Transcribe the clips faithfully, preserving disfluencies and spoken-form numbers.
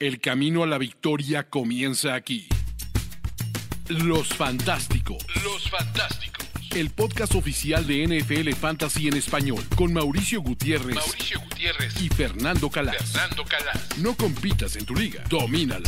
El camino a la victoria comienza aquí. Los Fantásticos. Los Fantásticos. El podcast oficial de N F L Fantasy en español, con Mauricio Gutiérrez, Mauricio Gutiérrez y Fernando Calas. Fernando Calas. No compitas en tu liga, domínala.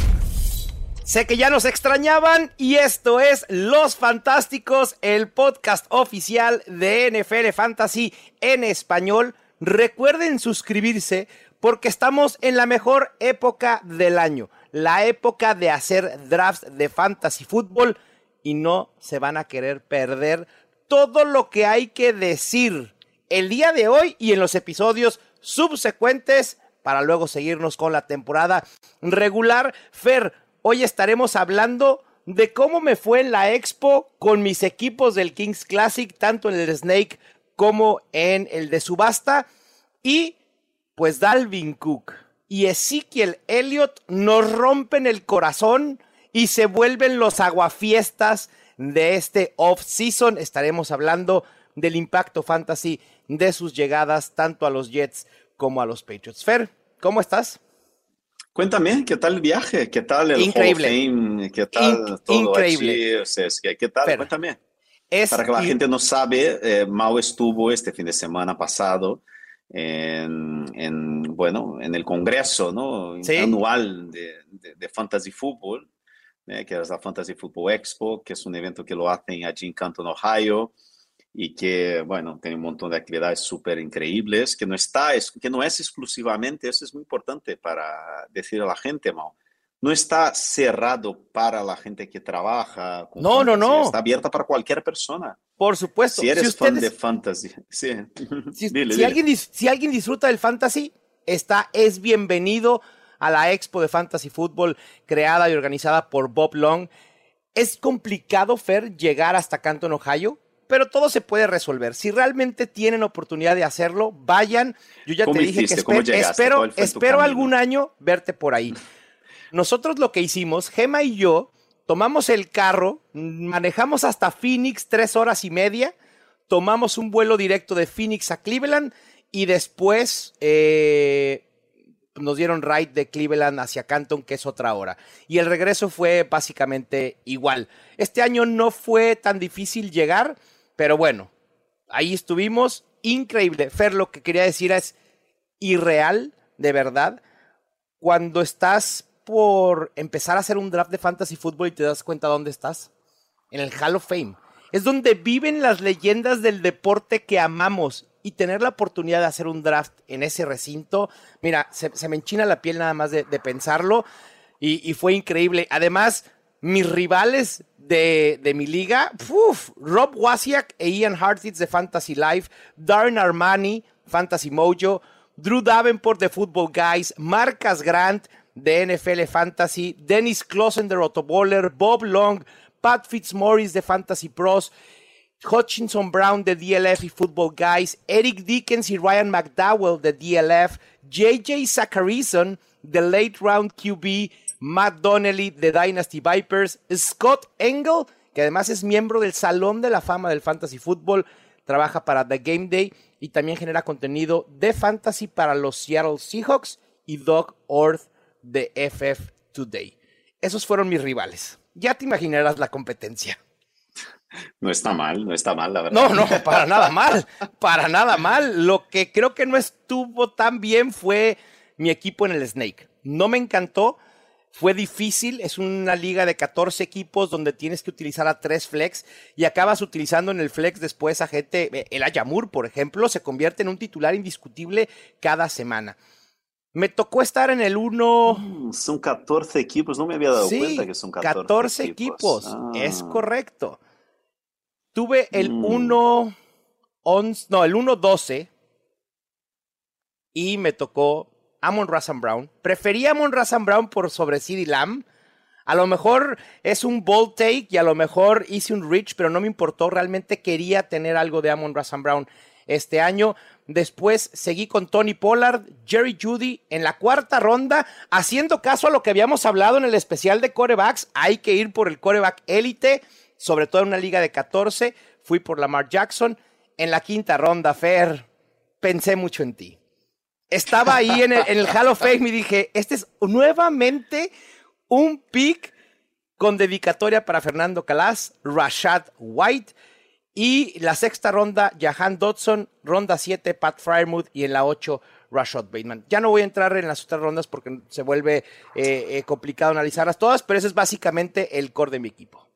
Sé que ya nos extrañaban y esto es Los Fantásticos, el podcast oficial de N F L Fantasy en español. Recuerden suscribirse porque estamos en la mejor época del año, la época de hacer drafts de fantasy fútbol y no se van a querer perder todo lo que hay que decir el día de hoy y en los episodios subsecuentes para luego seguirnos con la temporada regular. Fer, hoy estaremos hablando de cómo me fue en la Expo con mis equipos del Kings Classic, tanto en el Snake como en el de subasta. Y pues Dalvin Cook y Ezekiel Elliott nos rompen el corazón y se vuelven los aguafiestas de este off-season. Estaremos hablando del impacto fantasy de sus llegadas tanto a los Jets como a los Patriots. Fer, ¿cómo estás? Cuéntame, ¿qué tal el viaje? ¿Qué tal el Increíble. Hall of Fame? ¿Qué tal In- todo increíble. allí? O sea, es que, ¿qué tal? Fer, Cuéntame. es Para que la in- gente no sabe, eh, Mau estuvo este fin de semana pasado en, en, bueno, en el congreso, ¿no? Sí. anual de, de, de Fantasy Football, eh, que es la Fantasy Football Expo, que es un evento que lo hacen allí en Canton, Ohio, y que, bueno, tiene un montón de actividades súper increíbles, que no está, es, que no es exclusivamente, eso es muy importante para decir a la gente, Mau, no está cerrado para la gente que trabaja con No, no, fantasy, no. está abierta para cualquier persona. Por supuesto. Si eres si fan ustedes, de fantasy, sí. si, Dile, si dile. alguien, dis- si alguien disfruta del fantasy, está, es bienvenido a la Expo de Fantasy Football creada y organizada por Bob Long. Es complicado, Fer, llegar hasta Canton, Ohio, pero todo se puede resolver. Si realmente tienen oportunidad de hacerlo, vayan. Yo ya ¿Cómo te dije hiciste? que ¿Cómo espe- llegaste? espero, ¿Cuál fue tu espero camino? algún año verte por ahí. Nosotros lo que hicimos, Gema y yo, tomamos el carro, manejamos hasta Phoenix tres horas y media, tomamos un vuelo directo de Phoenix a Cleveland y después eh, nos dieron ride de Cleveland hacia Canton, que es otra hora. Y el regreso fue básicamente igual. Este año no fue tan difícil llegar, pero bueno, ahí estuvimos. Increíble. Fer, lo que quería decir es irreal, de verdad, cuando estás por empezar a hacer un draft de fantasy fútbol y te das cuenta dónde estás. En el Hall of Fame. Es donde viven las leyendas del deporte que amamos. Y tener la oportunidad de hacer un draft en ese recinto, mira, se, se me enchina la piel nada más de, de pensarlo. Y, y fue increíble. Además, mis rivales de, de mi liga, uf, Rob Wasiak e Ian Hartitz de Fantasy Life, Darren Armani, Fantasy Mojo, Drew Davenport de Football Guys, Marcus Grant de N F L Fantasy, Dennis Clausen de Rotoballer, Bob Long, Pat Fitzmaurice de Fantasy Pros, Hutchinson Brown de D L F y Football Guys, Eric Dickens y Ryan McDowell de D L F, J J Zacharyson de Late Round Q B, Matt Donnelly de Dynasty Vipers, Scott Engel, que además es miembro del Salón de la Fama del Fantasy Football, trabaja para The Game Day y también genera contenido de fantasy para los Seattle Seahawks, y Doug Orth de F F Today. Esos fueron mis rivales. Ya te imaginarás la competencia. No está mal, no está mal, la verdad. No, no, para nada mal, para nada mal. Lo que creo que no estuvo tan bien fue mi equipo en el Snake. No me encantó, fue difícil, es una liga de catorce equipos donde tienes que utilizar a tres flex y acabas utilizando en el flex después a gente, el Ayamur, por ejemplo, se convierte en un titular indiscutible cada semana. Me tocó estar en el uno... Mm, son catorce equipos, no me había dado sí, cuenta que son catorce, catorce equipos. equipos, Ah. es correcto. Tuve el Mm. uno once, no, el uno doce y me tocó Amon-Ra Saint Brown. Preferí Amon-Ra Saint Brown por sobre CeeDee Lamb. A lo mejor es un bold take y a lo mejor hice un reach, pero no me importó. Realmente quería tener algo de Amon-Ra Saint Brown este año. Después seguí con Tony Pollard, Jerry Jeudy en la cuarta ronda, haciendo caso a lo que habíamos hablado en el especial de quarterbacks. Hay que ir por el quarterback élite, sobre todo en una liga de catorce. Fui por Lamar Jackson. En la quinta ronda, Fer, pensé mucho en ti. Estaba ahí en el, en el Hall of Fame y dije, este es nuevamente un pick con dedicatoria para Fernando Calas, Rashad White, y la sexta ronda, Jahan Dotson, ronda siete, Pat Freiermuth, y en la ocho, Rashad Bateman. Ya no voy a entrar en las otras rondas porque se vuelve eh, eh, complicado analizarlas todas, pero ese es básicamente el core de mi equipo.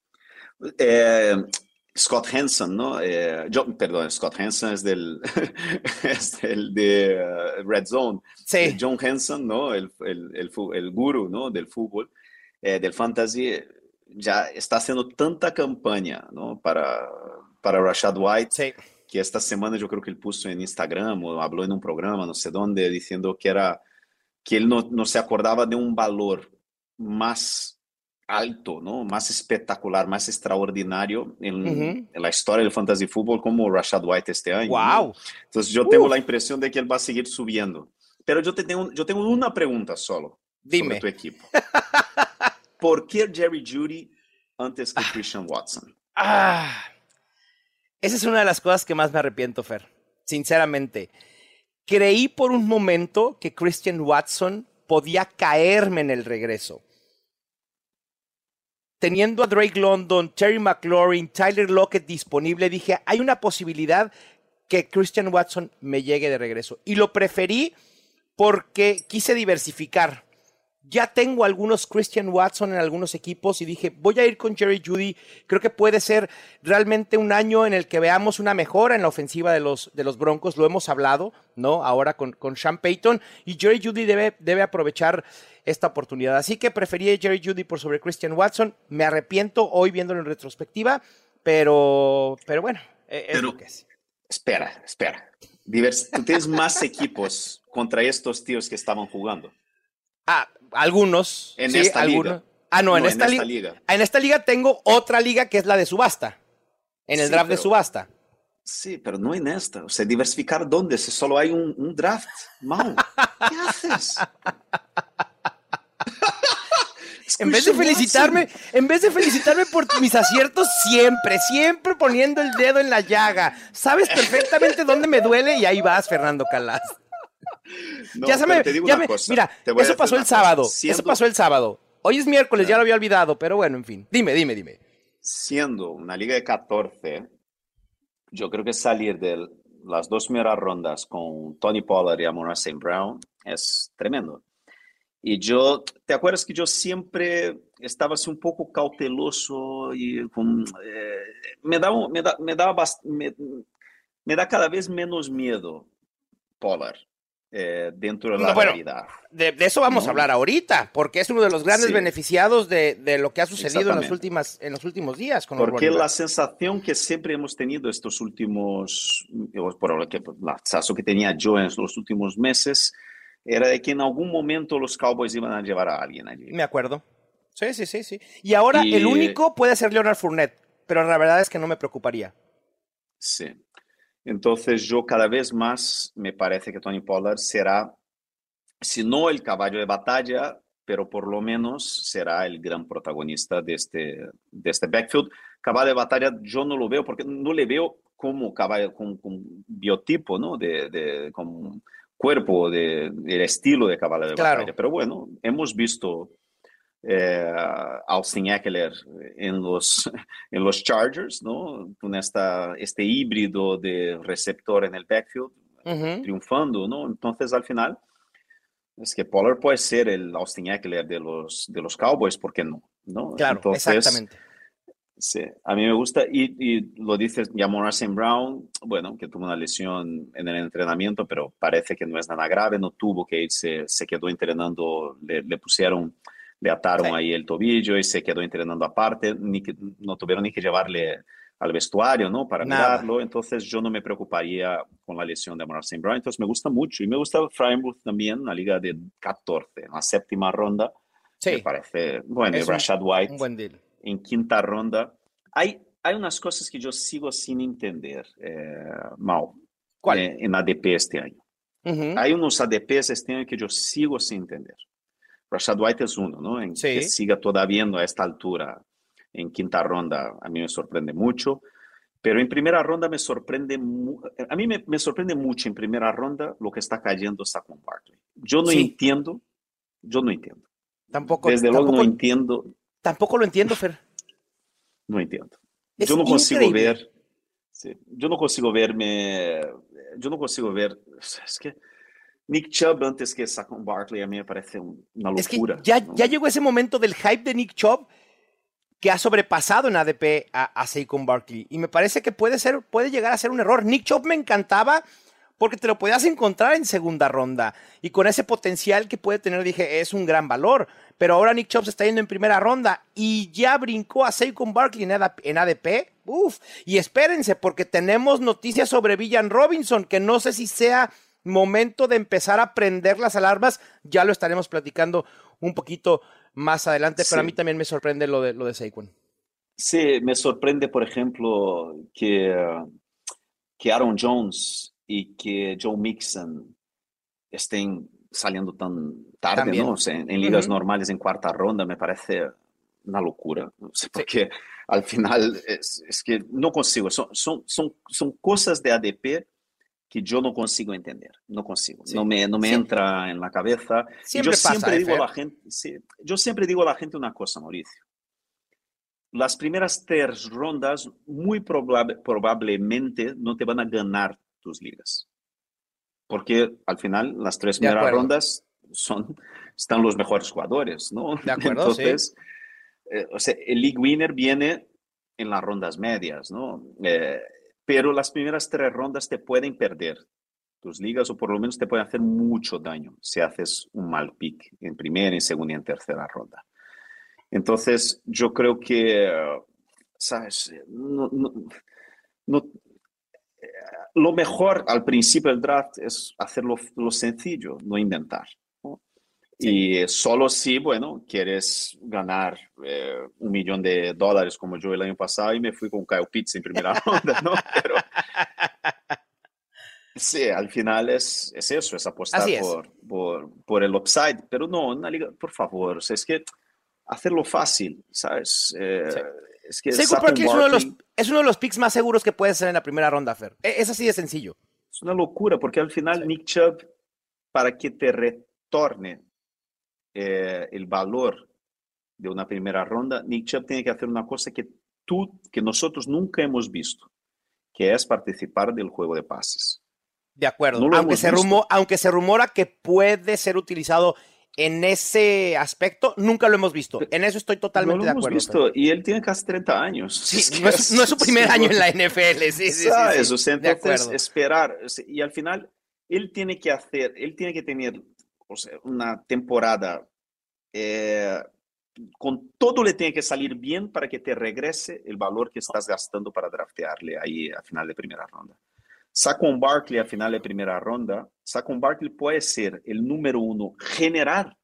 Eh, Scott Hanson, ¿no? Eh, yo, perdón, Scott Hanson es del, es del de uh, Red Zone. Sí. Eh, John Hanson, ¿no? El, el, el, el gurú, ¿no? Del fútbol, eh, del fantasy, ya está haciendo tanta campaña, ¿no? Para, para Rashad White. Sí. Que esta semana yo creo que él puso en Instagram o habló en un programa, no sé dónde, diciendo que era que él no, no se acordaba de un valor más alto, ¿no? Más espectacular, más extraordinario en, uh-huh. en la historia del fantasy fútbol como Rashad White este año. Wow. ¿no? Entonces yo uh. tengo la impresión de que él va a seguir subiendo. Pero yo, te tengo, yo tengo una pregunta solo. Dime. Sobre tu equipo. ¿Por qué Jerry Jeudy antes que Christian Watson? Ah... Esa es una de las cosas que más me arrepiento, Fer. Sinceramente. Creí por un momento que Christian Watson podía caerme en el regreso. Teniendo a Drake London, Terry McLaurin, Tyler Lockett disponible, dije, hay una posibilidad que Christian Watson me llegue de regreso. Y lo preferí porque quise diversificar. Ya tengo algunos Christian Watson en algunos equipos y dije, voy a ir con Jerry Jeudy. Creo que puede ser realmente un año en el que veamos una mejora en la ofensiva de los, de los Broncos. Lo hemos hablado, ¿no? Ahora con, con Sean Payton. Y Jerry Jeudy debe, debe aprovechar esta oportunidad. Así que preferí a Jerry Jeudy por sobre Christian Watson. Me arrepiento hoy viéndolo en retrospectiva, pero, pero bueno, es pero, lo que es. Espera, espera. Divers- ¿Tú tienes más equipos contra estos tíos que estaban jugando? Ah, algunos. En sí, esta algunos. liga. Ah, no, no en, esta, en esta li- liga. En esta liga tengo otra liga que es la de subasta. En el Sí, draft pero, de subasta. Sí, pero no en esta. O sea, diversificar dónde, si solo hay un, un draft. Mau, ¿qué haces? En vez de felicitarme, en vez de felicitarme por mis aciertos siempre, siempre poniendo el dedo en la llaga. Sabes perfectamente dónde me duele y ahí vas, Fernando Calas. No, ya se me, te digo ya una me, cosa. mira, eso pasó el sábado. Siendo... Eso pasó el sábado. Hoy es miércoles, ya lo había olvidado, pero bueno, en fin. Dime, dime, dime. Siendo una liga de catorce, yo creo que salir de las dos primeras rondas con Tony Pollard y Amon-Ra Saint Brown es tremendo. Y yo, ¿te acuerdas que yo siempre estaba así un poco cauteloso y con, eh, me da, me da, me da, bast- me, me da cada vez menos miedo Pollard eh, dentro de la no, bueno, realidad. De, de eso vamos ¿no? a hablar ahorita, porque es uno de los grandes Sí. beneficiados de, de lo que ha sucedido en, las últimas, en los últimos días. Con Porque los la sensación que siempre hemos tenido estos últimos, por lo que, la sensación que tenía yo en los últimos meses, era de que en algún momento los Cowboys iban a llevar a alguien allí. Me acuerdo. Sí, sí, sí, sí. Y ahora Y- el único puede ser Leonard Fournette, pero la verdad es que no me preocuparía. Sí. Entonces yo cada vez más me parece que Tony Pollard será, si no el caballo de batalla, pero por lo menos será el gran protagonista de este, de este backfield. Caballo de batalla yo no lo veo porque no le veo como caballo, con, con biotipo, ¿no? De, de, con cuerpo, de, del estilo de caballo de Claro. batalla. Pero bueno, hemos visto eh, Austin Eckler en los, en los Chargers, ¿no? Con esta, este híbrido de receptor en el backfield, Ujú. triunfando, ¿no? Entonces, al final, es que Pollard puede ser el Austin Eckler de los, de los Cowboys, ¿por qué no? ¿no? Claro, Entonces, exactamente. sí, a mí me gusta, y, y lo dices, Amon-Ra Saint Brown, bueno, que tuvo una lesión en el entrenamiento, pero parece que no es nada grave, no tuvo que irse, se quedó entrenando, le, le pusieron, le ataron Sí. ahí el tobillo y se quedó entrenando aparte, ni que, no tuvieron ni que llevarle al vestuario, ¿no? Para Nada. mirarlo, entonces yo no me preocuparía con la lesión de Amon-Ra Saint Brown, entonces me gusta mucho, y me gusta Freiermuth también, una liga de catorce, en la séptima ronda, Sí, me parece, bueno, y es un, Rashad White un buen deal. en quinta ronda. Hay, hay unas cosas que yo sigo sin entender, eh, Mau, ¿Cuál? eh, en A D P este año. Ujú. Hay unos A D Ps este año que yo sigo sin entender. Rashad White es uno, ¿no? En Sí. que siga todavía a esta altura en quinta ronda, a mí me sorprende mucho. Pero en primera ronda me sorprende, a mí me, me sorprende mucho en primera ronda lo que está cayendo Saquon Barkley. Yo no Sí. entiendo, yo no entiendo. Tampoco, Desde luego tampoco, no entiendo. Tampoco lo entiendo, Fer. No entiendo. Es yo no consigo increíble. ver, sí, yo no consigo verme, yo no consigo ver, es que Nick Chubb antes que Saquon Barkley a mí me parece un, una locura. Es que ya, ¿no? ya llegó ese momento del hype de Nick Chubb que ha sobrepasado en A D P a, a Saquon Barkley. Y me parece que puede ser, puede llegar a ser un error. Nick Chubb me encantaba porque te lo podías encontrar en segunda ronda. Y con ese potencial que puede tener, dije, es un gran valor. Pero ahora Nick Chubb se está yendo en primera ronda y ya brincó a Saquon Barkley en A D P. Uf. Y espérense, porque tenemos noticias sobre Villan Robinson, que no sé si sea momento de empezar a prender las alarmas. Ya lo estaremos platicando un poquito más adelante, pero sí. A mí también me sorprende lo de, lo de Saquon. Sí, me sorprende, por ejemplo, que, que Aaron Jones y que Joe Mixon estén saliendo tan tarde, también. ¿no? O sea, en, en ligas uh-huh. normales en cuarta ronda me parece una locura, no sé, porque sí. al final es, es que no consigo, son, son, son, son cosas de A D P que yo no consigo entender, no consigo, sí. no me, no me entra en la cabeza. Siempre y yo pasa, siempre eh, digo Fer. a la gente, sí, yo siempre digo a la gente una cosa, Mauricio. Las primeras tres rondas muy probable, probablemente no te van a ganar tus ligas. Porque al final las tres primeras rondas son, están los mejores jugadores, ¿no? De acuerdo, Entonces, sí. eh, o sea, el league winner viene en las rondas medias, ¿no? Eh, pero las primeras tres rondas te pueden perder tus ligas o por lo menos te pueden hacer mucho daño si haces un mal pick en primera, en segunda y en tercera ronda. Entonces, yo creo que, ¿sabes? No, no, no, lo mejor al principio del draft es hacerlo lo sencillo, no inventar, ¿no? Sí. Y solo si, bueno, quieres ganar eh, un millón de dólares como yo el año pasado y me fui con Kyle Pitts en primera ronda, ¿no? Pero sí, al final es, es eso, es apostar es. Por, por, por el upside, pero no, una liga, por favor, o sea, es que hacerlo fácil, ¿sabes? Eh, sí. Es que Saquon Barkley es uno, de los, es uno de los picks más seguros que puedes hacer en la primera ronda, Fer. Es así de sencillo. Es una locura, porque al final sí. Nick Chubb, para que te retorne eh, el valor de una primera ronda, Nick Chubb tiene que hacer una cosa que tú, que nosotros nunca hemos visto, que es participar del juego de pases. De acuerdo, no aunque, se rumo, aunque se rumora que puede ser utilizado en ese aspecto, nunca lo hemos visto. En eso estoy totalmente no lo de acuerdo. Hemos visto, y él tiene casi treinta años. Sí, es no, es, no es su primer sí, año en la N F L. Sí, sí, ¿sabes? sí, sí. O sea, entonces, esperar. Y al final, él tiene que hacer, él tiene que tener o sea, una temporada eh, con todo le tiene que salir bien para que te regrese el valor que estás gastando para draftearle ahí a final de primera ronda. Saquon Barkley a final de primera ronda, Saquon Barkley puede ser el número uno general,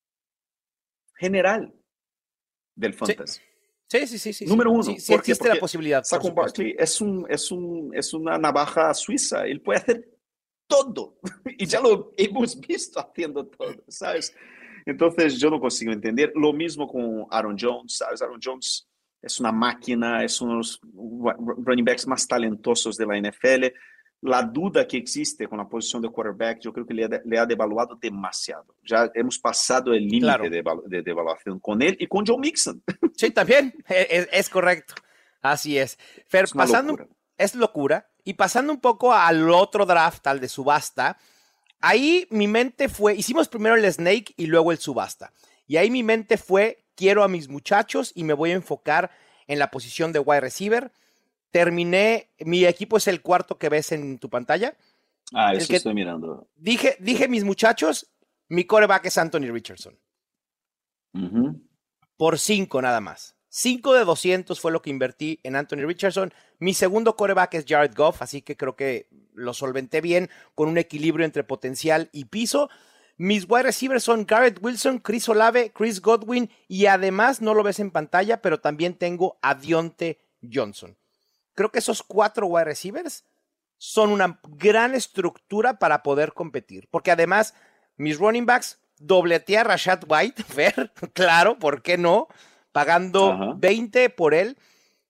general del fantasy. Sí, sí, sí. sí número uno. Sí, sí existe porque la posibilidad. Saquon Barkley es, un, es, un, es una navaja suiza. Él puede hacer todo. Y ya lo hemos visto haciendo todo, ¿sabes? Entonces yo no consigo entender. Lo mismo con Aaron Jones, ¿sabes? Aaron Jones es una máquina, es uno de los running backs más talentosos de la N F L. La duda que existe con la posición de quarterback, yo creo que le ha, le ha devaluado demasiado. Ya hemos pasado el límite claro. de, de, de evaluación con él y con Joe Mixon. Sí, también, es, es correcto. Así es. Fer, es pasando, locura. Es locura. Y pasando un poco al otro draft, al de subasta, ahí mi mente fue, hicimos primero el Snake y luego el subasta. Y ahí mi mente fue, quiero a mis muchachos y me voy a enfocar en la posición de wide receiver. Terminé, mi equipo es el cuarto que ves en tu pantalla. Ah, eso estoy mirando. Dije, dije mis muchachos, mi quarterback es Anthony Richardson. Uh-huh. Por cinco nada más. cinco de doscientos fue lo que invertí en Anthony Richardson. Mi segundo quarterback es Jared Goff, así que creo que lo solventé bien con un equilibrio entre potencial y piso. Mis wide receivers son Garrett Wilson, Chris Olave, Chris Godwin y además, no lo ves en pantalla, pero también tengo a Diontae Johnson. Creo que esos cuatro wide receivers son una gran estructura para poder competir. Porque además, mis running backs, dobleteé a Rashad White, Fer, claro, ¿por qué no? Pagando uh-huh. veinte por él.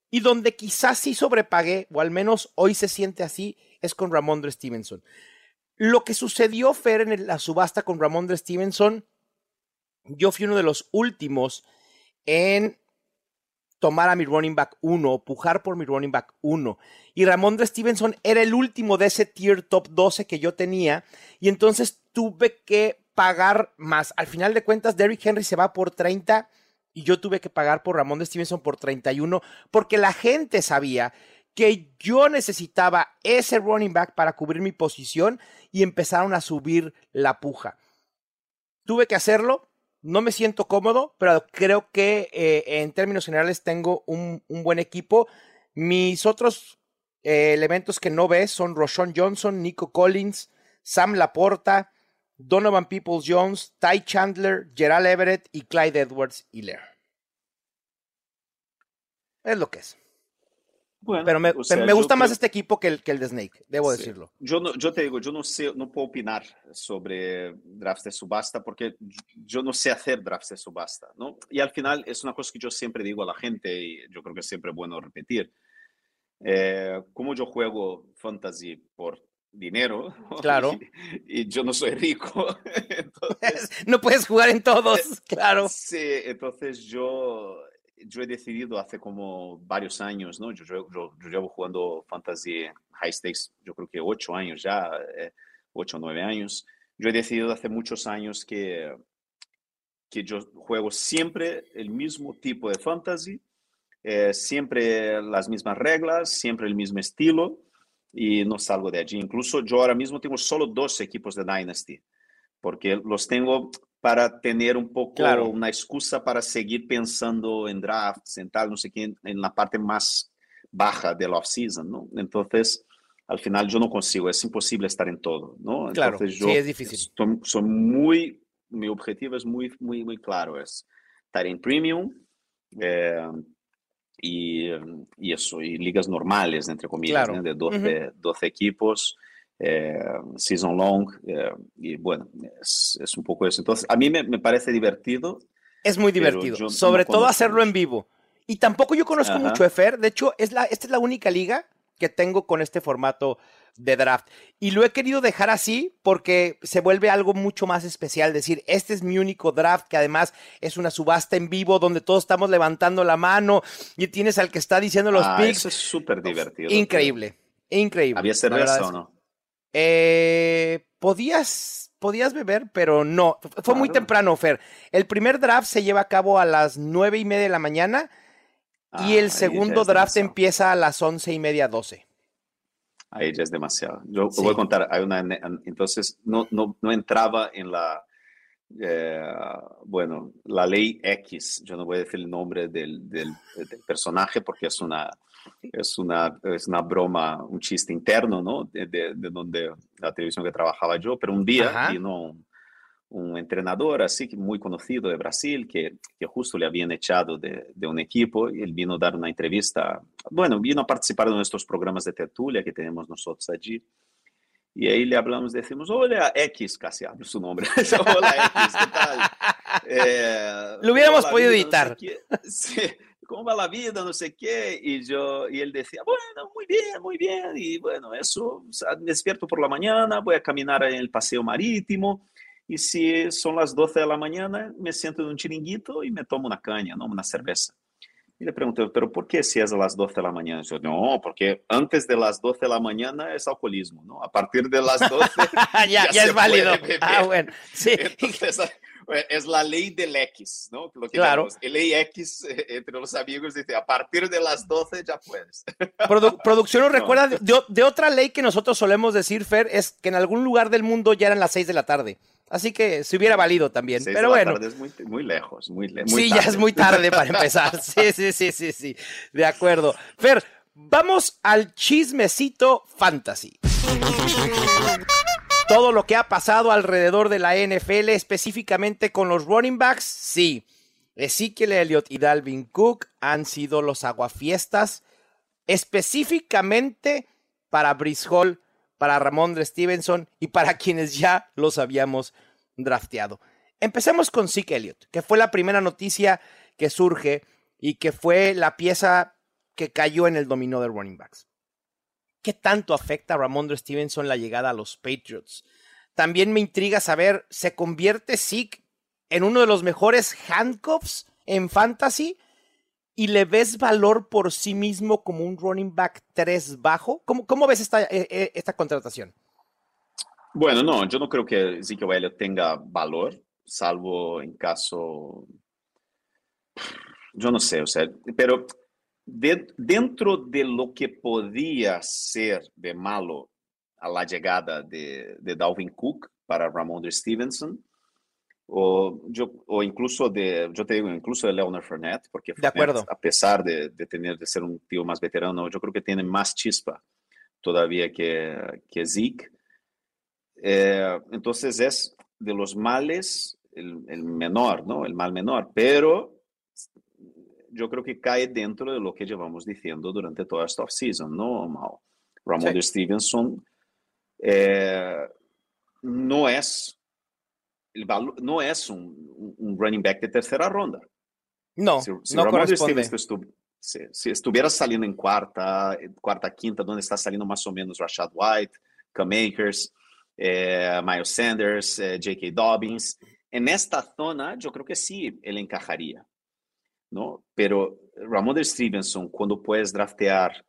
Y donde quizás sí sobrepagué, o al menos hoy se siente así, es con Rhamondre Stevenson. Lo que sucedió, Fer, en la subasta con Rhamondre Stevenson, yo fui uno de los últimos en tomar a mi running back uno, pujar por mi running back uno. Y Rhamondre Stevenson era el último de ese tier top doce que yo tenía, y entonces tuve que pagar más. Al final de cuentas, Derrick Henry se va por treinta, y yo tuve que pagar por Rhamondre Stevenson por treinta y uno, porque la gente sabía que yo necesitaba ese running back para cubrir mi posición, y empezaron a subir la puja. Tuve que hacerlo, no me siento cómodo, pero creo que eh, en términos generales tengo un, un buen equipo. Mis otros eh, elementos que no ves son Roschon Johnson, Nico Collins, Sam Laporta, Donovan Peoples-Jones, Ty Chandler, Gerald Everett y Clyde Edwards-Helaire. Es lo que es. Bueno, pero me, sea, me gusta más creo... este equipo que el, que el de Snake, debo sí. decirlo. Yo, no, yo te digo, yo no sé, no puedo opinar sobre drafts de subasta porque yo no sé hacer drafts de subasta, ¿no? Y al final es una cosa que yo siempre digo a la gente y yo creo que es siempre bueno repetir. Eh, como yo juego fantasy por dinero, claro, y, y yo no soy rico, entonces, no puedes jugar en todos, claro. Sí, entonces yo... Yo he decidido hace como varios años, ¿no? Yo, yo, yo, yo llevo jugando fantasy high stakes, yo creo que ocho años ya, eh, ocho o nueve años. Yo he decidido hace muchos años que, que yo juego siempre el mismo tipo de fantasy, eh, siempre las mismas reglas, siempre el mismo estilo y no salgo de allí. Incluso yo ahora mismo tengo solo dos equipos de Dynasty, porque los tengo para tener un poco claro. una excusa para seguir pensando en drafts, en tal, no sé qué, en la parte más baja del off-season, ¿no? Entonces, al final yo no consigo, es imposible estar en todo, ¿no? Claro, Entonces, yo sí, es difícil. Soy, soy muy, mi objetivo es muy, muy, muy claro, es estar en premium eh, y, y eso, y ligas normales, entre comillas, claro. ¿no? De doce, uh-huh. doce equipos. Eh, season long eh, y bueno, es, es un poco eso. Entonces, a mí me, me parece divertido. Es muy divertido, sobre no todo hacerlo mucho. En vivo. Y tampoco yo conozco Ajá. mucho Efer, de hecho, es la, esta es la única liga que tengo con este formato de draft. Y lo he querido dejar así porque se vuelve algo mucho más especial, decir, este es mi único draft, que además es una subasta en vivo donde todos estamos levantando la mano y tienes al que está diciendo los ah, picks. Eso es súper divertido. Increíble, tío. Increíble. ¿Había cerveza o no? Eh, podías, podías beber, pero no. Fue claro. muy temprano, Fer. El primer draft se lleva a cabo a las nueve y media de la mañana ah, y el segundo draft demasiado. Empieza a las once y media, doce. Ahí ya es demasiado. Yo sí. voy a contar, hay una, entonces no, no, no entraba en la, eh, bueno, la ley X. Yo no voy a decir el nombre del, del, del personaje porque es una... Es una, es una broma, un chiste interno, ¿no? De, de, de donde la televisión que trabajaba yo, pero un día Ajá. vino un, un entrenador así muy conocido de Brasil que, que justo le habían echado de, de un equipo y él vino a dar una entrevista, bueno, vino a participar de nuestros programas de tertulia que tenemos nosotros allí. Y ahí le hablamos, decimos, hola X, casi hablo su nombre. Hola X, ¿qué tal? Eh, Lo hubiéramos podido editar. No sé sí. ¿Cómo va la vida? No sé qué. Y yo, y él decía, bueno, muy bien, muy bien. Y bueno, eso, o sea, me despierto por la mañana, voy a caminar en el paseo marítimo. Y si son las doce de la mañana, me siento en un chiringuito y me tomo una caña, ¿no? Una cerveza. Y le pregunté, ¿pero por qué si es a las doce de la mañana? Y yo, no, porque antes de las doce de la mañana es alcoholismo, ¿no? A partir de las doce ya, ya, ya es válido. Ah, bueno, sí. Entonces, es la ley del X, ¿no? Lo que claro. llamamos, el ley X eh, entre los amigos dice, a partir de las doce ya puedes. Produ producción nos no. recuerda de, de otra ley que nosotros solemos decir, Fer, es que en algún lugar del mundo ya eran las seis de la tarde. Así que se hubiera valido también, seis pero de la bueno. Tarde es muy, muy lejos, muy, le Sí, muy tarde. ya es muy tarde para empezar. Sí, sí, sí, sí, sí. De acuerdo. Fer, vamos al chismecito fantasy. Todo lo que ha pasado alrededor de la N F L, específicamente con los running backs, sí. Ezekiel Elliott y Dalvin Cook han sido los aguafiestas, específicamente para Breece Hall, para Rhamondre Stevenson y para quienes ya los habíamos drafteado. Empecemos con Zeke Elliott, que fue la primera noticia que surge y que fue la pieza que cayó en el dominó de running backs. ¿Qué tanto afecta a Rhamondre Stevenson la llegada a los Patriots? También me intriga saber, ¿se convierte Zeke en uno de los mejores handcuffs en fantasy? ¿Y le ves valor por sí mismo como un running back tres bajo? ¿Cómo, cómo ves esta, eh, esta contratación? Bueno, no, yo no creo que Ezekiel Elliott tenga valor, salvo en caso, yo no sé, o sea, pero de, dentro de lo que podía ser de malo a la llegada de, de Dalvin Cook para Rhamondre Stevenson, o, yo, o incluso de, yo te digo, incluso de Leonard Fournette, porque Fournette, de acuerdo. a pesar de, de tener de ser un tío más veterano, yo creo que tiene más chispa todavía que, que Zeke. Eh, entonces es de los males el, el menor, ¿no? El mal menor, pero yo creo que cae dentro de lo que llevamos diciendo durante toda esta offseason, ¿no, Mau? Rhamondre sí. Stevenson eh, no es el valor, no es un, un running back de tercera ronda. No, si, si no Rhamondre corresponde. Stevenson estu, si, si estuviera saliendo en cuarta, cuarta, quinta, donde está saliendo más o menos Rashad White, Cam Akers, eh, Miles Sanders, eh, J K. Dobbins, en esta zona yo creo que sí él encajaría, ¿no? Pero Rhamondre Stevenson, cuando puedes draftear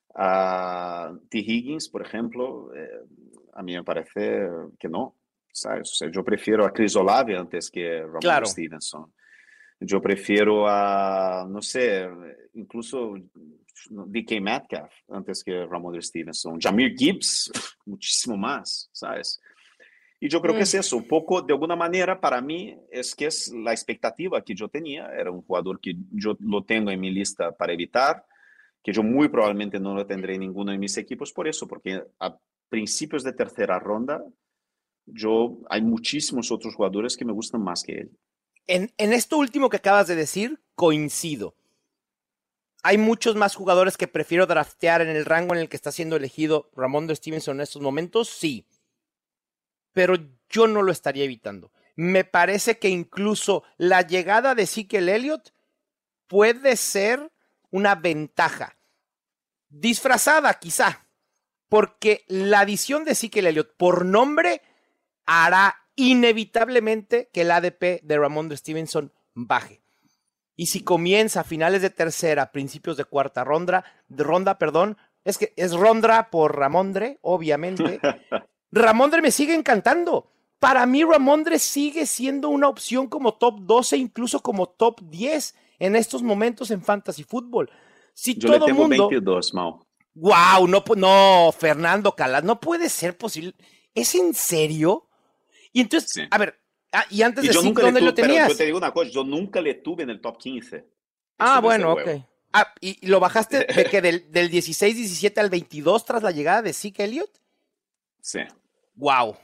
a T. Higgins, por ejemplo, eh, a mí me parece que no, ¿sabes? O sea, yo prefiero a Chris Olave antes que Rhamondre claro. Stevenson. Yo prefiero a, no sé, incluso D K Metcalf antes que Rhamondre Stevenson. Jahmyr Gibbs, muchísimo más, ¿sabes? Y yo creo mm. que es eso, un poco, de alguna manera, para mí, es que es la expectativa que yo tenía. Era un jugador que yo lo tengo en mi lista para evitar, que yo muy probablemente no lo tendré en ninguno de mis equipos por eso, porque a principios de tercera ronda, yo, hay muchísimos otros jugadores que me gustan más que él. En, en esto último que acabas de decir, coincido. Hay muchos más jugadores que prefiero draftear en el rango en el que está siendo elegido Rhamondre Stevenson en estos momentos, sí. Pero yo no lo estaría evitando. Me parece que incluso la llegada de Ezekiel Elliott puede ser una ventaja. Disfrazada, quizá. Porque la adición de Ezekiel Elliott por nombre hará inevitablemente que el A D P de Rhamondre Stevenson baje. Y si comienza a finales de tercera, principios de cuarta ronda, de ronda, perdón, es que es ronda por Rhamondre, obviamente. Rhamondre me sigue encantando. Para mí Rhamondre sigue siendo una opción como top doce, incluso como top diez en estos momentos en Fantasy Football. Si Yo todo le tengo mundo... veintidós, Mau. Wow, no, no, Fernando Calas, no puede ser posible. ¿Es en serio? Y entonces, sí. a ver, ah, y antes y de decir dónde tuve, lo tenías. Pero yo te digo una cosa, yo nunca le tuve en el top quince. Eso ah, bueno, ok. Ah, ¿y, y lo bajaste de que del, del dieciséis diecisiete al veintidós tras la llegada de Zeke Elliott? Sí. Wow.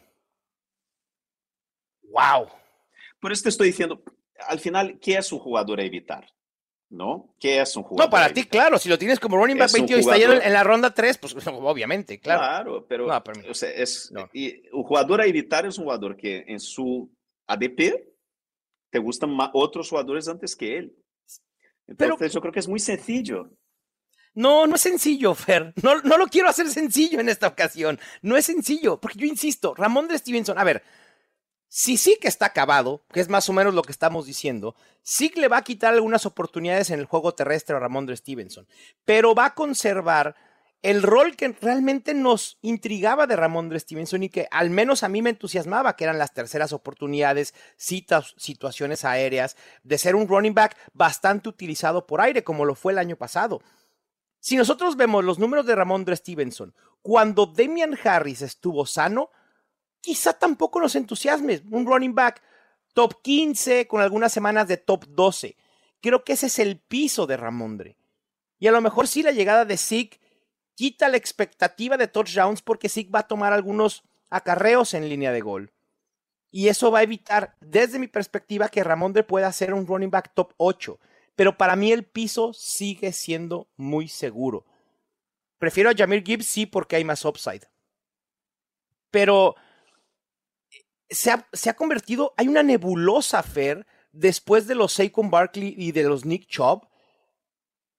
Wow. Por eso te estoy diciendo, al final, ¿qué es un jugador a evitar? ¿No? ¿Qué es un jugador? No, para ti, claro, si lo tienes como running back veintidós y está lleno en la ronda tres, pues obviamente, claro. Claro, pero, no, para mí. O sea, es, no. y un jugador a evitar es un jugador que en su A D P te gustan más otros jugadores antes que él. Entonces pero, yo creo que es muy sencillo. No, no es sencillo, Fer. No, no lo quiero hacer sencillo en esta ocasión. No es sencillo, porque yo insisto, Rhamondre Stevenson, a ver, si Zeke está acabado, que es más o menos lo que estamos diciendo, Zeke le va a quitar algunas oportunidades en el juego terrestre a Rhamondre Stevenson, pero va a conservar el rol que realmente nos intrigaba de Rhamondre Stevenson y que al menos a mí me entusiasmaba, que eran las terceras oportunidades, citas, situaciones aéreas, de ser un running back bastante utilizado por aire, como lo fue el año pasado. Si nosotros vemos los números de Rhamondre Stevenson, cuando Damian Harris estuvo sano, quizá tampoco nos entusiasme. Un running back top quince con algunas semanas de top doce. Creo que ese es el piso de Rhamondre. Y a lo mejor sí la llegada de Zeke quita la expectativa de touchdowns porque Zeke va a tomar algunos acarreos en línea de gol. Y eso va a evitar, desde mi perspectiva, que Rhamondre pueda ser un running back top ocho. Pero para mí el piso sigue siendo muy seguro. Prefiero a Jahmyr Gibbs, sí, porque hay más upside. Pero se ha, se ha convertido, hay una nebulosa, Fer, después de los Saquon Barkley y de los Nick Chubb,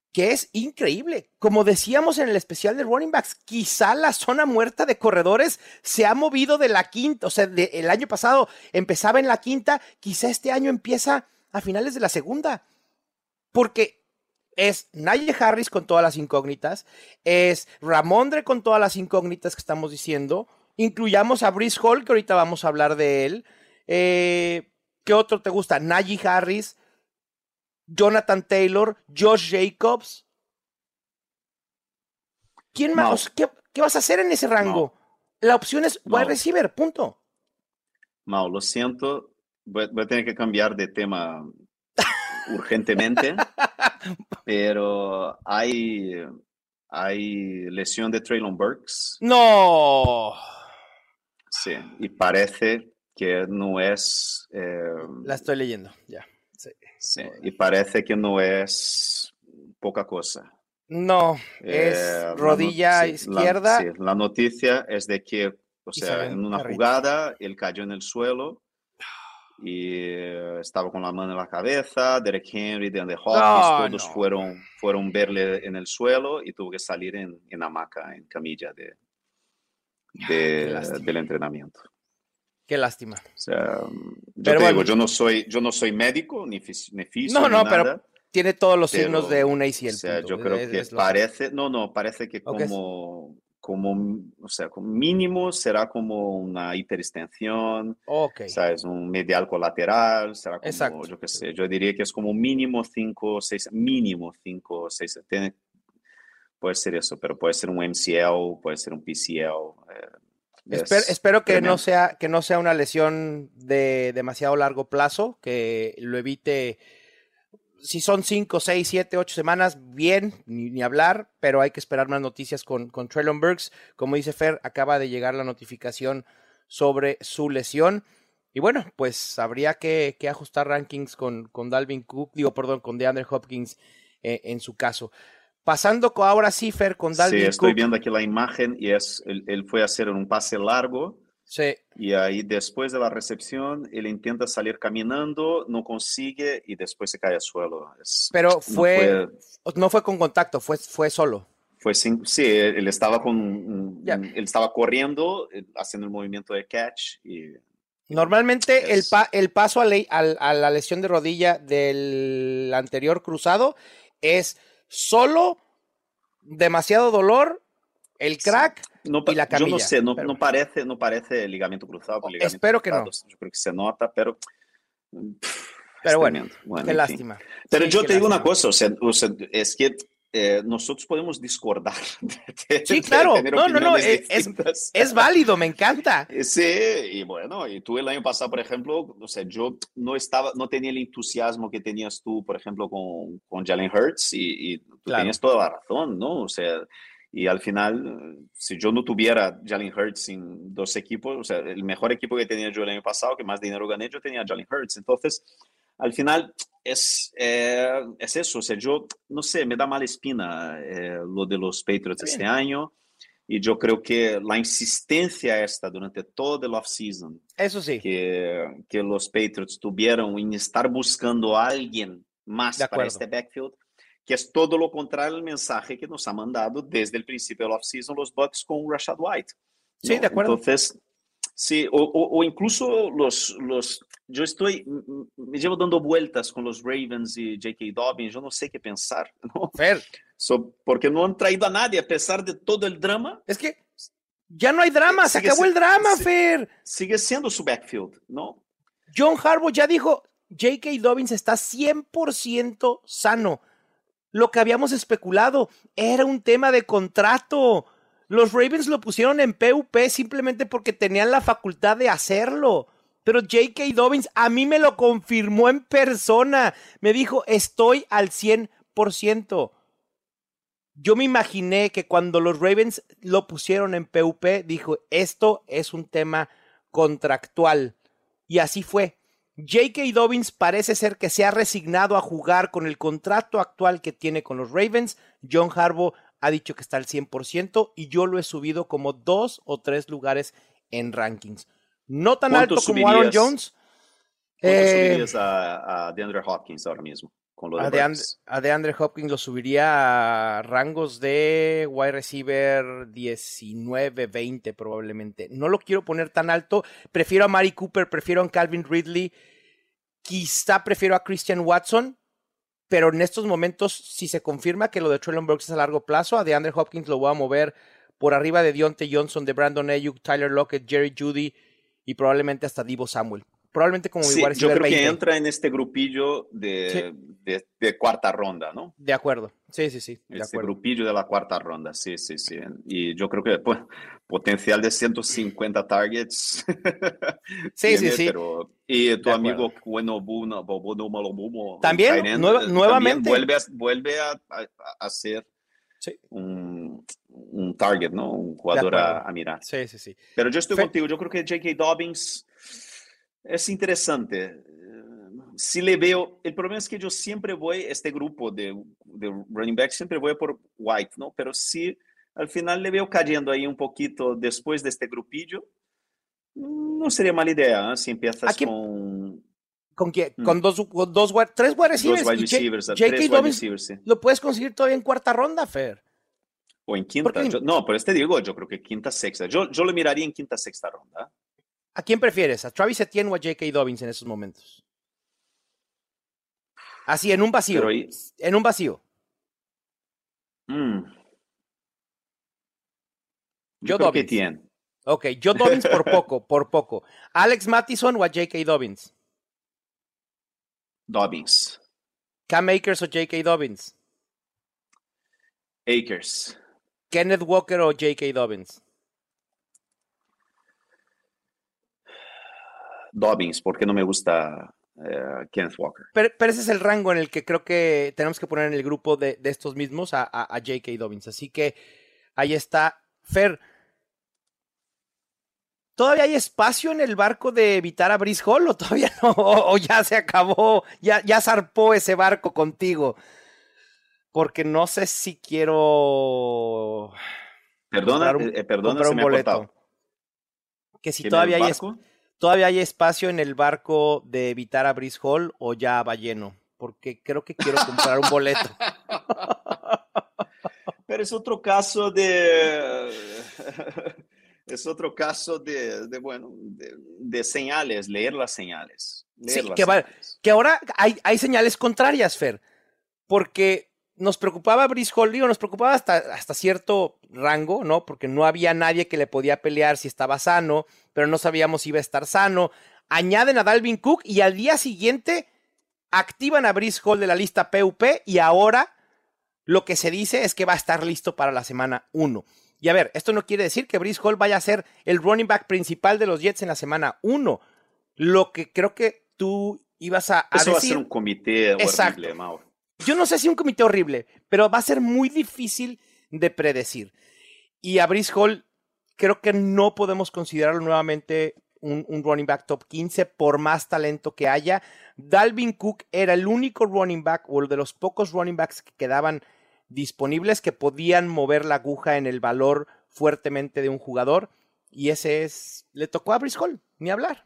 que es increíble. Como decíamos en el especial de running backs, quizá la zona muerta de corredores se ha movido de la quinta, o sea, de, el año pasado empezaba en la quinta, quizá este año empieza a finales de la segunda, porque es Najee Harris con todas las incógnitas, es Ramondre con todas las incógnitas que estamos diciendo, incluyamos a Breece Hall, que ahorita vamos a hablar de él. Eh, ¿qué otro te gusta? Najee Harris, Jonathan Taylor, Josh Jacobs. ¿Quién más? No. O sea, ¿qué, ¿Qué vas a hacer en ese rango? No. La opción es wide no. receiver, punto. No, lo siento, voy, voy a tener que cambiar de tema urgentemente, pero hay, hay lesión de Treylon Burks. No. Sí, y parece que no es... Eh, La estoy leyendo, ya. Sí. Sí, y parece que no es poca cosa. No, es eh, rodilla no, sí, izquierda. La, sí, la noticia es de que, o sea, en una carrito. jugada, él cayó en el suelo y eh, estaba con la mano en la cabeza. Derek Henry, DeAndre Hopkins, no, todos no. fueron fueron verle en el suelo y tuvo que salir en, en hamaca, en camilla de, de, del entrenamiento. Qué lástima. O sea, yo pero te bueno, digo, yo no soy, yo no soy médico, ni, fis, ni fisio, no, ni no, nada, pero tiene todos los pero, signos de una A C L. O sea, punto. yo creo es, que es parece, sé. no, no, parece que okay. como, como, o sea, como mínimo será como una hiperextensión, okay. ¿sabes? Un medial colateral, será como, Exacto. yo qué sé, yo diría que es como mínimo cinco o seis, mínimo cinco o seis, tiene, puede ser eso, pero puede ser un M C L, puede ser un P C L, eh, Espero, espero que no sea que no sea una lesión de demasiado largo plazo, que lo evite. Si son cinco, seis, siete, ocho semanas, bien, ni, ni hablar, pero hay que esperar más noticias con, con Treylon Burks. Como dice Fer, acaba de llegar la notificación sobre su lesión. Y bueno, pues habría que, que ajustar rankings con, con Dalvin Cook, digo, perdón, con DeAndre Hopkins eh, en su caso. Pasando ahora sí, Fer, con Dalvin Cook. Sí, estoy Cook. viendo aquí la imagen y es, él, él fue a hacer un pase largo. Sí. Y ahí después de la recepción, él intenta salir caminando, no consigue y después se cae al suelo. Es, Pero fue no, fue, no fue con contacto, fue, fue solo. Fue sin, sí, él estaba, con, yeah. él estaba corriendo, haciendo el movimiento de catch. Y, Normalmente es... el, pa, el paso a, le, a, a la lesión de rodilla del anterior cruzado es solo, demasiado dolor, el crack sí. no, y la camilla. Yo no sé, no, pero... no, parece, no parece ligamento cruzado. Oh, ligamento espero cruzado, que no. Yo creo que se nota, pero... Pff, pero bueno, bueno, qué lástima. Fin. Pero sí, yo te lástima. digo una cosa, o sea, o sea es que eh, nosotros podemos discordar. De, sí, claro. De no, no, no, es, es válido, me encanta. Sí, y bueno, y tú el año pasado, por ejemplo, o sea, yo no estaba, no tenía el entusiasmo que tenías tú, por ejemplo, con, con Jalen Hurts, y, y tú claro. tenías toda la razón, ¿no? O sea, y al final, si yo no tuviera Jalen Hurts en dos equipos, o sea, el mejor equipo que tenía yo el año pasado, que más dinero gané, yo tenía Jalen Hurts. Entonces, al final es, eh, es eso, o sea, yo no sé, me da mala espina eh, lo de los Patriots este año, y yo creo que la insistencia esta durante todo el off-season, eso sí, que, que los Patriots tuvieron en estar buscando a alguien más para este backfield, que es todo lo contrario al mensaje que nos ha mandado desde el principio del off-season los Bucs con Rashad White, ¿no? Sí, de acuerdo. Entonces, sí, o, o, o incluso los, los, yo estoy, me llevo dando vueltas con los Ravens y J K. Dobbins, yo no sé qué pensar, ¿no? Fer. So, porque no han traído a nadie a pesar de todo el drama. Es que ya no hay drama, se acabó el drama, sigue, Fer. Sigue siendo su backfield, ¿no? John Harbaugh ya dijo, J K. Dobbins está cien por ciento sano. Lo que habíamos especulado era un tema de contrato. Los Ravens lo pusieron en P U P simplemente porque tenían la facultad de hacerlo. Pero J K. Dobbins a mí me lo confirmó en persona. Me dijo, estoy al cien por ciento. Yo me imaginé que cuando los Ravens lo pusieron en P U P, dijo, esto es un tema contractual. Y así fue. J K. Dobbins parece ser que se ha resignado a jugar con el contrato actual que tiene con los Ravens. John Harbaugh ha dicho que está al cien por ciento y yo lo he subido como dos o tres lugares en rankings. No tan alto como Aaron Jones. ¿Cuánto Eh, subirías a, a DeAndre Hopkins ahora mismo con lo de a, DeAndre, Burks? a DeAndre Hopkins lo subiría a rangos de wide receiver diecinueve, veinte probablemente. No lo quiero poner tan alto. Prefiero a Mari Cooper, prefiero a Calvin Ridley. Quizá prefiero a Christian Watson. Pero en estos momentos, si se confirma que lo de Treylon Burks es a largo plazo, a DeAndre Hopkins lo voy a mover por arriba de Deontay Johnson, de Brandon Ayuk, Tyler Lockett, Jerry Jeudy y probablemente hasta Deebo Samuel. Probablemente como mi Sí, wide yo receiver creo veinte. que entra en este grupillo de, Sí, de, de cuarta ronda, ¿no? de acuerdo. Sí, sí, sí, de Este acuerdo. grupillo de la cuarta ronda, sí, sí, sí. Y yo creo que pues, potencial de ciento cincuenta targets Sí, tiene, sí, sí, pero... Y tu de acuerdo. amigo Bueno Buno, Bobo Malobumo, el También, tight end, nueva, eh, también nuevamente. vuelve a, vuelve a, a, a ser Sí, un, un target, ¿no? Un de jugador a, acuerdo. a mirar. Sí, sí, sí. Pero yo estoy Fe- contigo, yo creo que J K. Dobbins es interesante. Eh, Si le veo, el problema es que yo siempre voy, este grupo de, de running back, siempre voy por White, ¿no? Pero si al final le veo cayendo ahí un poquito después de este grupillo, no sería mala idea, ¿eh? Si empiezas Aquí, con ¿con quién? hmm, Con dos, con dos, wide- tres wide dos receivers. wide Y J- receivers, J.K. tres wide Dobbins receivers, sí. lo puedes conseguir todavía en cuarta ronda, Fer. O en Porque quinta. dime, Yo, no, pero este digo, yo creo que quinta, sexta. Yo, yo lo miraría en quinta, sexta ronda. ¿Eh? ¿a quién prefieres? ¿A Travis Etienne o a J K. Dobbins en esos momentos? Así, en un Pero vacío. ahí, En un vacío. mm, yo Yo creo que Dobbins. tiene. Ok, yo Dobbins por poco, por poco. ¿Alex Mattison o a J K. Dobbins? Dobbins. ¿Cam Akers o J K. Dobbins? Akers. ¿Kenneth Walker o J K. Dobbins? Dobbins, porque no me gusta uh, Kenneth Walker. Pero, pero, ese es el rango en el que creo que tenemos que poner en el grupo de, de estos mismos a, a, a J K. Dobbins. Así que ahí está. Fer, ¿todavía hay espacio en el barco de evitar a Breece Hall o todavía no? O, o ya se acabó, ya, ya zarpó ese barco contigo. Porque no sé si quiero Perdona, comprar un, eh, perdona, comprar se un me ha boleto. cortado. Que si ¿Tiene todavía el hay, barco? todavía hay espacio en el barco de evitar a Breece Hall o ya va lleno. Porque creo que quiero comprar un boleto. Pero es otro caso de... es otro caso de, de bueno, de, de señales, leer las señales. Leer Sí, las que, va, señales. que ahora hay, hay señales contrarias, Fer. Porque nos preocupaba Breece Hall, digo, nos preocupaba hasta, hasta cierto rango, ¿no? Porque no había nadie que le podía pelear si estaba sano, pero no sabíamos si iba a estar sano. Añaden a Dalvin Cook y al día siguiente activan a Breece Hall de la lista P U P y ahora lo que se dice es que va a estar listo para la semana uno. Y a ver, esto no quiere decir que Breece Hall vaya a ser el running back principal de los Jets en la semana uno. Lo que creo que tú ibas a, a Eso decir... va a ser un comité Exacto. horrible, Mauro. Yo no sé si un comité horrible, pero va a ser muy difícil de predecir. Y a Breece Hall creo que no podemos considerarlo nuevamente un, un running back top quince por más talento que haya. Dalvin Cook era el único running back o de los pocos running backs que quedaban disponibles que podían mover la aguja en el valor fuertemente de un jugador. Y ese es, le tocó a Breece Hall, ni hablar.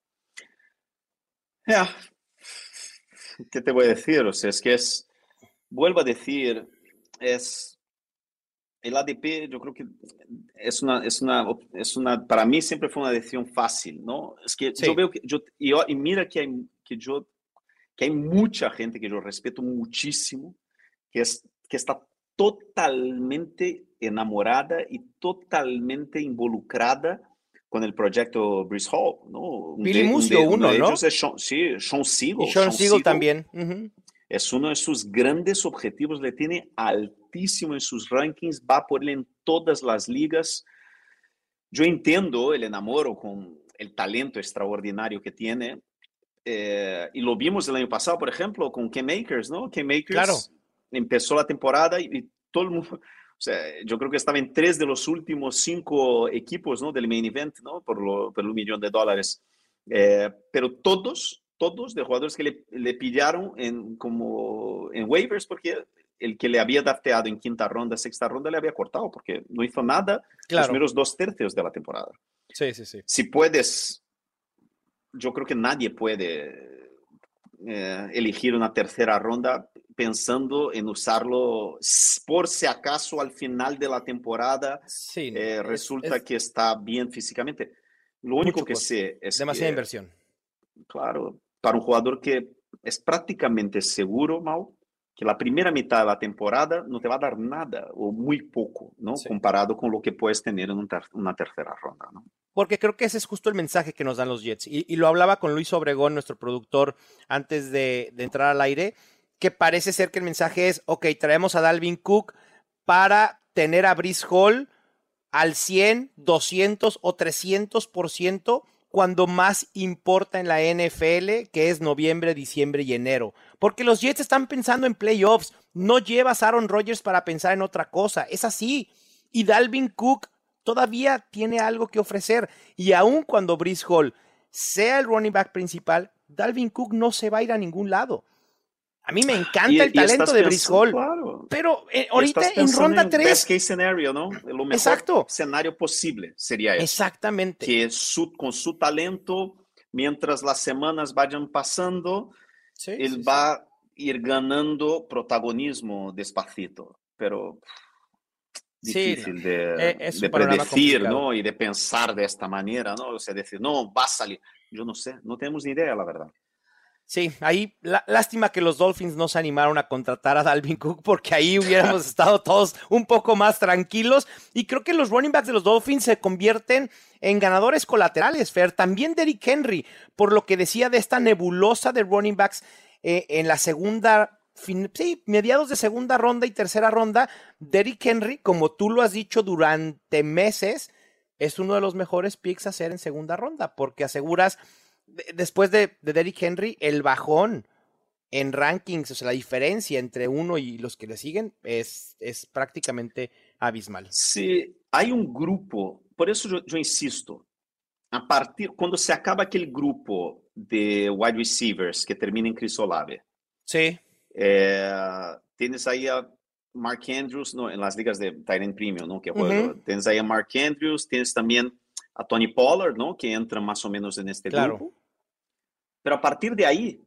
Yeah. ¿Qué te voy a decir? O sea, es que es, vuelvo a decir, es, el A D P yo creo que es una, es una, es una, para mí siempre fue una decisión fácil, ¿no? Es que sí. yo veo que, yo, y, y mira que hay, que, yo, que hay mucha gente que yo respeto muchísimo, que, es, que está totalmente enamorada y totalmente involucrada con el proyecto Breece Hall, ¿no? Billy Musio, uno, uno de ¿no? ellos es Sean, sí, Sean Siegel. Y Sean, Sean Siegel también. Uh-huh. Es uno de sus grandes objetivos, le tiene altísimo en sus rankings, va por él en todas las ligas. Yo entiendo el enamoro con el talento extraordinario que tiene, eh, y lo vimos el año pasado, por ejemplo, con Cam Akers, ¿no? Cam Akers claro. empezó la temporada y, y todo el mundo... O sea, yo creo que estaba en tres de los últimos cinco equipos, ¿no? Del main event, ¿no? Por, lo, por un millón de dólares. Eh, pero todos, todos de jugadores que le, le pillaron en, como en waivers, porque el que le había drafteado en quinta ronda, sexta ronda, le había cortado, porque no hizo nada claro. los primeros dos tercios de la temporada. Sí, sí, sí. Si puedes yo creo que nadie puede eh, elegir una tercera ronda pensando en usarlo por si acaso al final de la temporada Sí, no, eh, es, resulta es que está bien físicamente. Lo único mucho que costo, sé es demasiada que, inversión. claro, para un jugador que es prácticamente seguro, Mau, que la primera mitad de la temporada no te va a dar nada o muy poco, ¿no? Sí. Comparado con lo que puedes tener en un ter una tercera ronda, ¿no? Porque creo que ese es justo el mensaje que nos dan los Jets. Y, y lo hablaba con Luis Obregón, nuestro productor, antes de, de entrar al aire, que parece ser que el mensaje es, ok, traemos a Dalvin Cook para tener a Breece Hall al cien, doscientos o trescientos por ciento cuando más importa en la N F L, que es noviembre, diciembre y enero. Porque los Jets están pensando en playoffs. No llevas a Aaron Rodgers para pensar en otra cosa. Es así. Y Dalvin Cook todavía tiene algo que ofrecer. Y aun cuando Breece Hall sea el running back principal, Dalvin Cook no se va a ir a ningún lado. A mí me encanta el Y, y talento estás de Breece pensando, Hall, claro, pero eh, y ahorita estás en pensando ronda en best tres, case scenario, ¿no? Lo mejor exacto, escenario posible sería eso. exactamente. Que su, con su talento, mientras las semanas vayan pasando, Sí, él sí, va sí. a ir ganando protagonismo despacito, pero Sí, no, difícil de, eh, es de un panorama predecir, complicado. ¿no? Y de pensar de esta manera, ¿no? O sea, decir, no, va a salir. Yo no sé, no tenemos ni idea, la verdad. Sí, ahí la, lástima que los Dolphins no se animaron a contratar a Dalvin Cook porque ahí hubiéramos estado todos un poco más tranquilos y creo que los running backs de los Dolphins se convierten en ganadores colaterales, Fer. También Derrick Henry, por lo que decía de esta nebulosa de running backs eh, en la segunda, fin, sí, mediados de segunda ronda y tercera ronda, Derrick Henry, como tú lo has dicho durante meses, es uno de los mejores picks a hacer en segunda ronda porque aseguras después de, de Derrick Henry, el bajón en rankings, o sea, la diferencia entre uno y los que le siguen es, es prácticamente abismal. Sí, hay un grupo, por eso yo, yo insisto, a partir, cuando se acaba aquel grupo de wide receivers que termina en Chris Olave, Sí. eh, tienes ahí a Mark Andrews, no, en las ligas de tight end premium, ¿no? Que juego. Uh-huh. Tienes ahí a Mark Andrews, tienes también a Tony Pollard, ¿no? Que entra más o menos en este Claro. grupo. Pero a partir de ahí,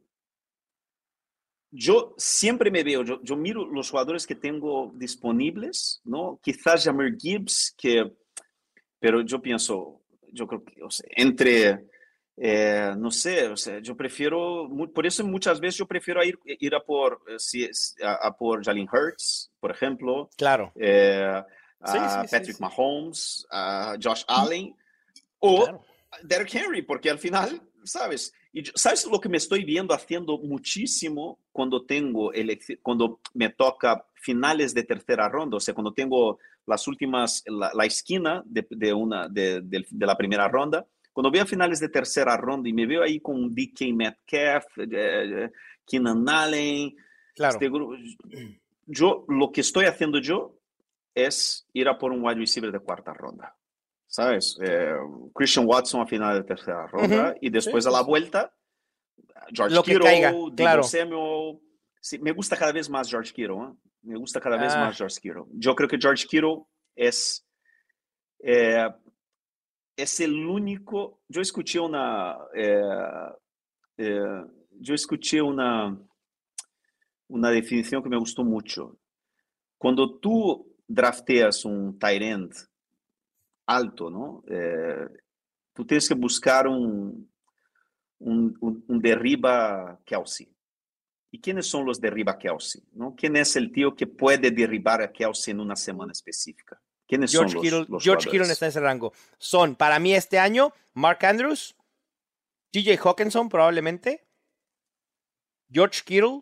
yo siempre me veo, yo, yo miro los jugadores que tengo disponibles, ¿no? Quizás Jahmyr Gibbs, que, pero yo pienso, yo creo que, o sea, entre, eh, no sé, o sea, yo prefiero, por eso muchas veces yo prefiero ir, ir a por, si, a, a por Jalen Hurts, por ejemplo, Claro. eh, Sí, a sí, Patrick sí, sí. Mahomes, a Josh Y, Allen, o claro. Derrick Henry, porque al final, ¿sabes? Y yo, ¿sabes lo que me estoy viendo haciendo muchísimo cuando tengo cuando me toca finales de tercera ronda? O sea, cuando tengo las últimas, la, la esquina de, de, una, de, de, de la primera ronda, cuando veo finales de tercera ronda y me veo ahí con D K Metcalf, eh, Keenan Allen, Claro. este grupo, yo, lo que estoy haciendo yo es ir a por un wide receiver de cuarta ronda. ¿Sabes? Eh, Christian Watson a final de tercera ronda Uh-huh. y después Sí, a sí, la sí. vuelta, George Lo que caiga, Kittle, Deebo claro. Samuel. Sí, me gusta cada vez más George Kittle. ¿eh? Me gusta cada vez Ah, más George Kittle. Yo creo que George Kittle es, eh, es el único. Yo escuché una. Eh, eh, yo escuché una, una definición que me gustó mucho. Cuando tú drafteas un tight end alto, ¿no? Eh, tú tienes que buscar un, un, un, un derriba Kelsey. ¿Y quiénes son los derriba Kelsey? ¿no? ¿Quién es el tío que puede derribar a Kelsey en una semana específica? ¿Quiénes son George los, Kittle, los George Kittle jugadores? está en ese rango. Son, para mí este año, Mark Andrews, T J Hawkinson probablemente, George Kittle,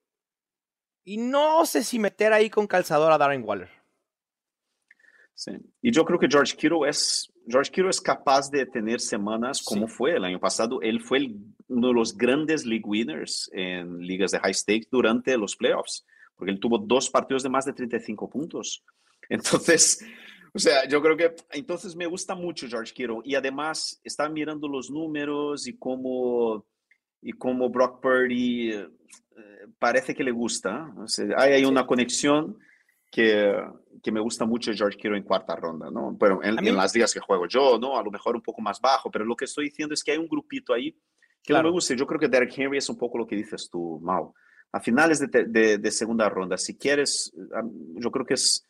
y no sé si meter ahí con calzador a Darren Waller. Sí. Y yo creo que George Kittle es, George Kittle es capaz de tener semanas como Sí. fue el año pasado. Él fue el, uno de los grandes league winners en ligas de high stakes durante los playoffs, porque él tuvo dos partidos de más de treinta y cinco puntos. Entonces, o sea, yo creo que entonces me gusta mucho George Kittle y además estaba mirando los números y cómo, y cómo Brock Purdy eh, parece que le gusta. O sea, hay, hay una Sí. conexión que, que me gusta mucho George Kittle en cuarta ronda, ¿no? Pero en, A mí, en las ligas que juego yo, ¿no? A lo mejor un poco más bajo, pero lo que estoy diciendo es que hay un grupito ahí Que claro. No me gusta. Yo creo que Derrick Henry es un poco lo que dices tú, Mau. A finales de, de, de segunda ronda, si quieres, yo creo que es...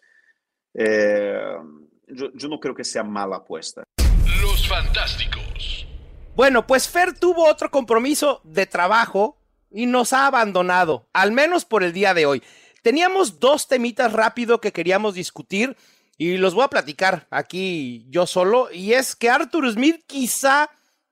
Eh, yo, yo no creo que sea mala apuesta. Los Fantásticos. Bueno, pues Fer tuvo otro compromiso de trabajo y nos ha abandonado, al menos por el día de hoy. Teníamos dos temitas rápido que queríamos discutir y los voy a platicar aquí yo solo. Y es que Arthur Smith quizá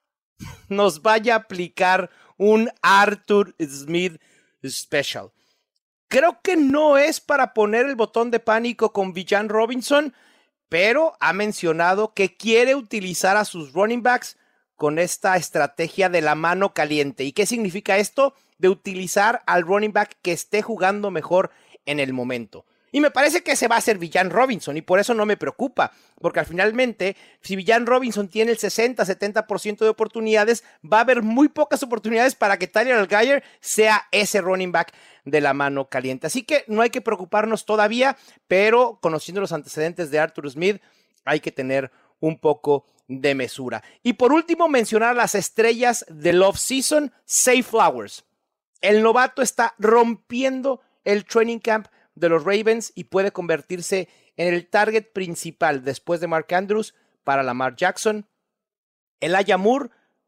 nos vaya a aplicar un Arthur Smith Special. Creo que no es para poner el botón de pánico con Bijan Robinson, pero ha mencionado que quiere utilizar a sus running backs con esta estrategia de la mano caliente. ¿Y qué significa esto? De utilizar al running back que esté jugando mejor en el momento. Y me parece que ese va a ser Bijan Robinson, y por eso no me preocupa, porque finalmente, si Bijan Robinson tiene el sesenta, setenta por ciento de oportunidades, va a haber muy pocas oportunidades para que Tyler Allgeier sea ese running back de la mano caliente. Así que no hay que preocuparnos todavía, pero conociendo los antecedentes de Arthur Smith, hay que tener un poco de mesura. Y por último, mencionar las estrellas del off-season, Zay Flowers. El novato está rompiendo el training camp de los Ravens y puede convertirse en el target principal después de Mark Andrews para Lamar Jackson. Elijah Moore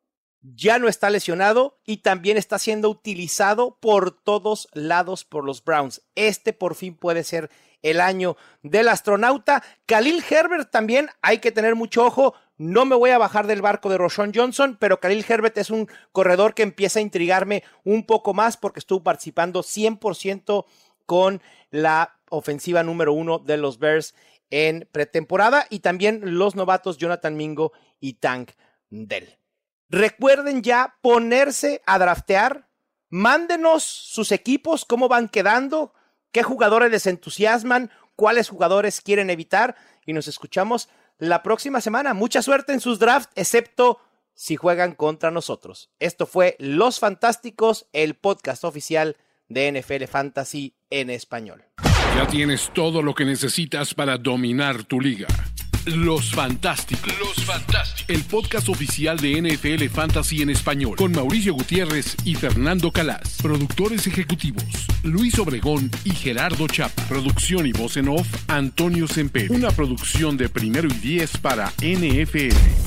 ya no está lesionado y también está siendo utilizado por todos lados por los Browns. Este por fin puede ser el año del astronauta. Khalil Herbert también hay que tener mucho ojo. No me voy a bajar del barco de Roschon Johnson, pero Khalil Herbert es un corredor que empieza a intrigarme un poco más porque estuvo participando cien por ciento con la ofensiva número uno de los Bears en pretemporada, y también los novatos Jonathan Mingo y Tank Dell. Recuerden ya ponerse a draftear, mándenos sus equipos, cómo van quedando, qué jugadores les entusiasman, cuáles jugadores quieren evitar, y nos escuchamos la próxima semana. Mucha suerte en sus drafts, excepto si juegan contra nosotros. Esto fue Los Fantásticos, el podcast oficial de N F L Fantasy en español. Ya tienes todo lo que necesitas para dominar tu liga. Los Fantásticos. Los Fantásticos. El podcast oficial de N F L Fantasy en español. Con Mauricio Gutiérrez y Fernando Calas. Productores ejecutivos, Luis Obregón y Gerardo Chapa. Producción y voz en off, Antonio Semper. Una producción de Primero y Diez para N F L.